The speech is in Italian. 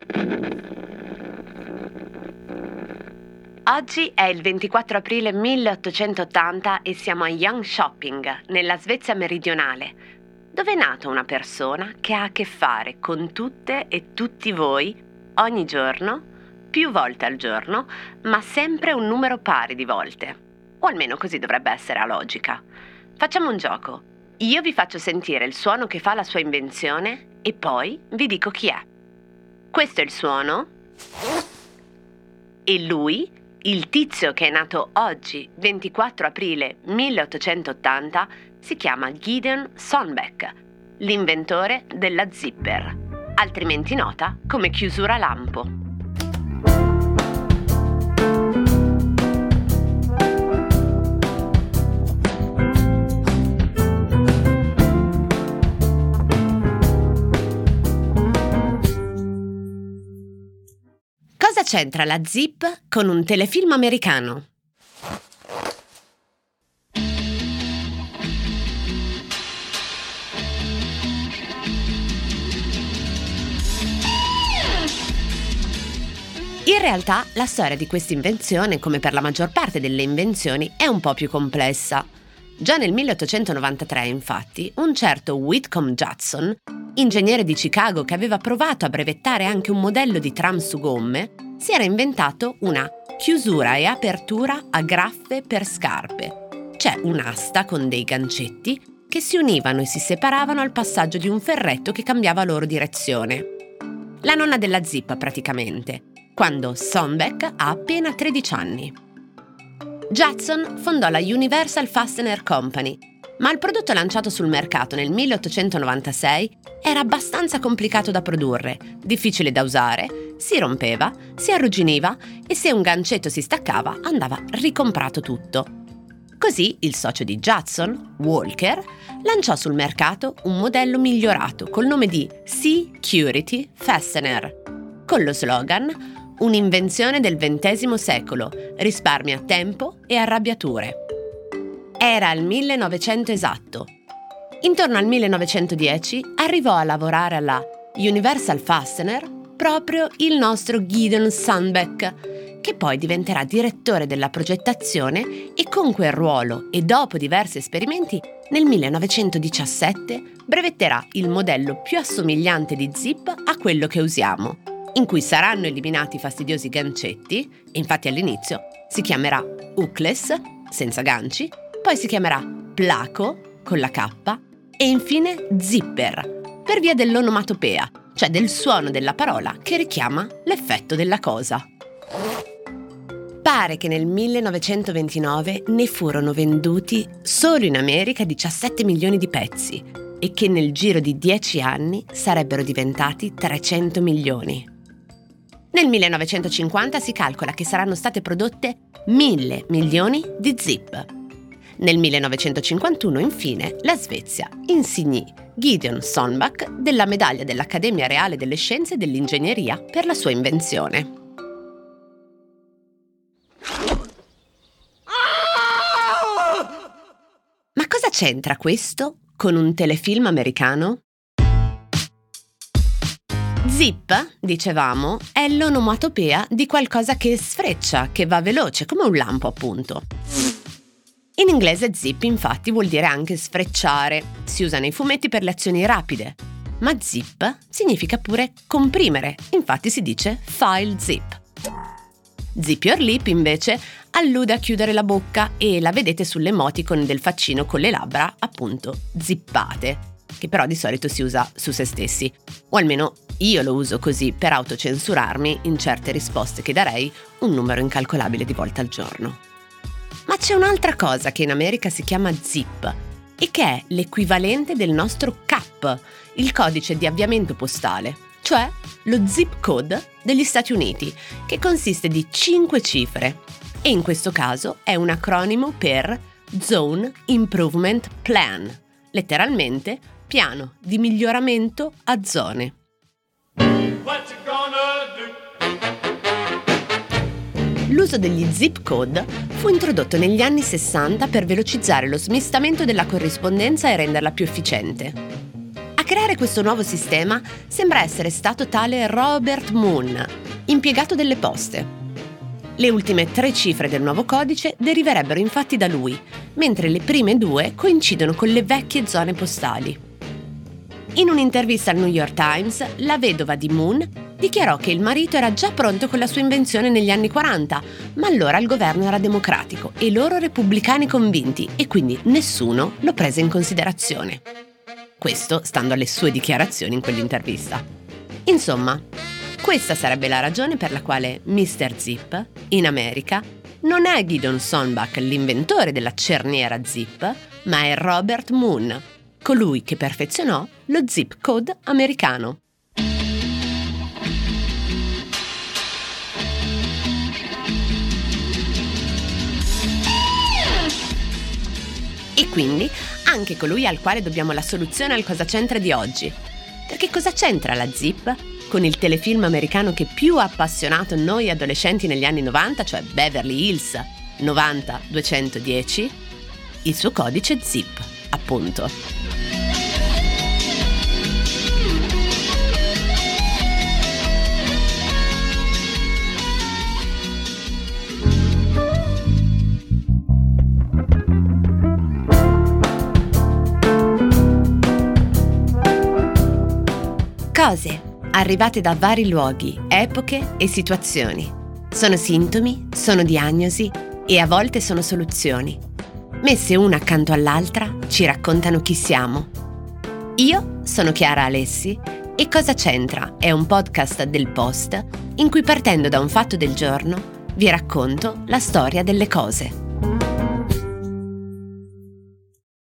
Oggi è il 24 aprile 1880 e siamo a Jönköping, nella Svezia meridionale, dove è nata una persona che ha a che fare con tutte e tutti voi ogni giorno, più volte al giorno, ma sempre un numero pari di volte. O almeno così dovrebbe essere a logica. Facciamo un gioco. Io vi faccio sentire il suono che fa la sua invenzione e poi vi dico chi è. Questo è il suono e lui, il tizio che è nato oggi, 24 aprile 1880, si chiama Gideon Sonbeck, l'inventore della zipper, altrimenti nota come chiusura lampo. Cosa c'entra la zip con un telefilm americano? In realtà la storia di questa invenzione, come per la maggior parte delle invenzioni, è un po' più complessa. Già nel 1893, infatti, un certo Whitcomb Judson, ingegnere di Chicago che aveva provato a brevettare anche un modello di tram su gomme, si era inventato una chiusura e apertura a graffe per scarpe, cioè un'asta con dei gancetti che si univano e si separavano al passaggio di un ferretto che cambiava loro direzione. La nonna della zip praticamente, quando Sonbeck ha appena 13 anni. Judson fondò la Universal Fastener Company, ma il prodotto lanciato sul mercato nel 1896 era abbastanza complicato da produrre, difficile da usare, si rompeva, si arrugginiva e se un gancetto si staccava andava ricomprato tutto. Così il socio di Judson, Walker, lanciò sul mercato un modello migliorato col nome di Security Fastener, con lo slogan "Un'invenzione del XX secolo, risparmia tempo e arrabbiature". Era il 1900 esatto. Intorno al 1910 arrivò a lavorare alla Universal Fastener proprio il nostro Gideon Sonbeck, che poi diventerà direttore della progettazione e con quel ruolo e dopo diversi esperimenti nel 1917 brevetterà il modello più assomigliante di zip a quello che usiamo, in cui saranno eliminati i fastidiosi gancetti, e infatti all'inizio si chiamerà hookless, senza ganci, poi si chiamerà placo, con la K, e infine zipper, per via dell'onomatopea, cioè del suono della parola che richiama l'effetto della cosa. Pare che nel 1929 ne furono venduti solo in America 17 milioni di pezzi e che nel giro di 10 anni sarebbero diventati 300 milioni. Nel 1950 si calcola che saranno state prodotte 1.000 milioni di zip. Nel 1951, infine, la Svezia insignì Gideon Sonbeck della medaglia dell'Accademia Reale delle Scienze e dell'Ingegneria per la sua invenzione. Ma cosa c'entra questo con un telefilm americano? Zip, dicevamo, è l'onomatopea di qualcosa che sfreccia, che va veloce, come un lampo appunto. In inglese zip infatti vuol dire anche sfrecciare, si usa nei fumetti per le azioni rapide, ma zip significa pure comprimere, infatti si dice file zip. Zip your lip invece allude a chiudere la bocca e la vedete sull'emoticon del faccino con le labbra appunto zippate, che però di solito si usa su se stessi, o almeno io lo uso così per autocensurarmi in certe risposte che darei un numero incalcolabile di volte al giorno. Ma c'è un'altra cosa che in America si chiama zip e che è l'equivalente del nostro CAP, il codice di avviamento postale, cioè lo zip code degli Stati Uniti, che consiste di 5 cifre e in questo caso è un acronimo per Zone Improvement Plan, letteralmente piano di miglioramento a zone. L'uso degli zip code fu introdotto negli anni 60 per velocizzare lo smistamento della corrispondenza e renderla più efficiente. A creare creare questo nuovo sistema sembra essere stato tale Robert Moon, impiegato delle poste. Le ultime 3 cifre del nuovo codice deriverebbero infatti da lui, mentre le prime 2 coincidono con le vecchie zone postali. In un'intervista al New York Times, la vedova di Moon dichiarò che il marito era già pronto con la sua invenzione negli anni 40, ma allora il governo era democratico e loro repubblicani convinti e quindi nessuno lo prese in considerazione. Questo stando alle sue dichiarazioni in quell'intervista. Insomma, questa sarebbe la ragione per la quale Mr. Zip, in America, non è Gideon Sonbach l'inventore della cerniera Zip, ma è Robert Moon, colui che perfezionò lo zip code americano. E quindi anche colui al quale dobbiamo la soluzione al Cosa c'entra di oggi. Perché cosa c'entra la Zip con il telefilm americano che più ha appassionato noi adolescenti negli anni 90, cioè Beverly Hills 90210? Il suo codice Zip, appunto. Cose arrivate da vari luoghi, epoche e situazioni. Sono sintomi, sono diagnosi e a volte sono soluzioni. Messe una accanto all'altra ci raccontano chi siamo. Io sono Chiara Alessi e Cosa c'entra è un podcast del Post in cui partendo da un fatto del giorno vi racconto la storia delle cose.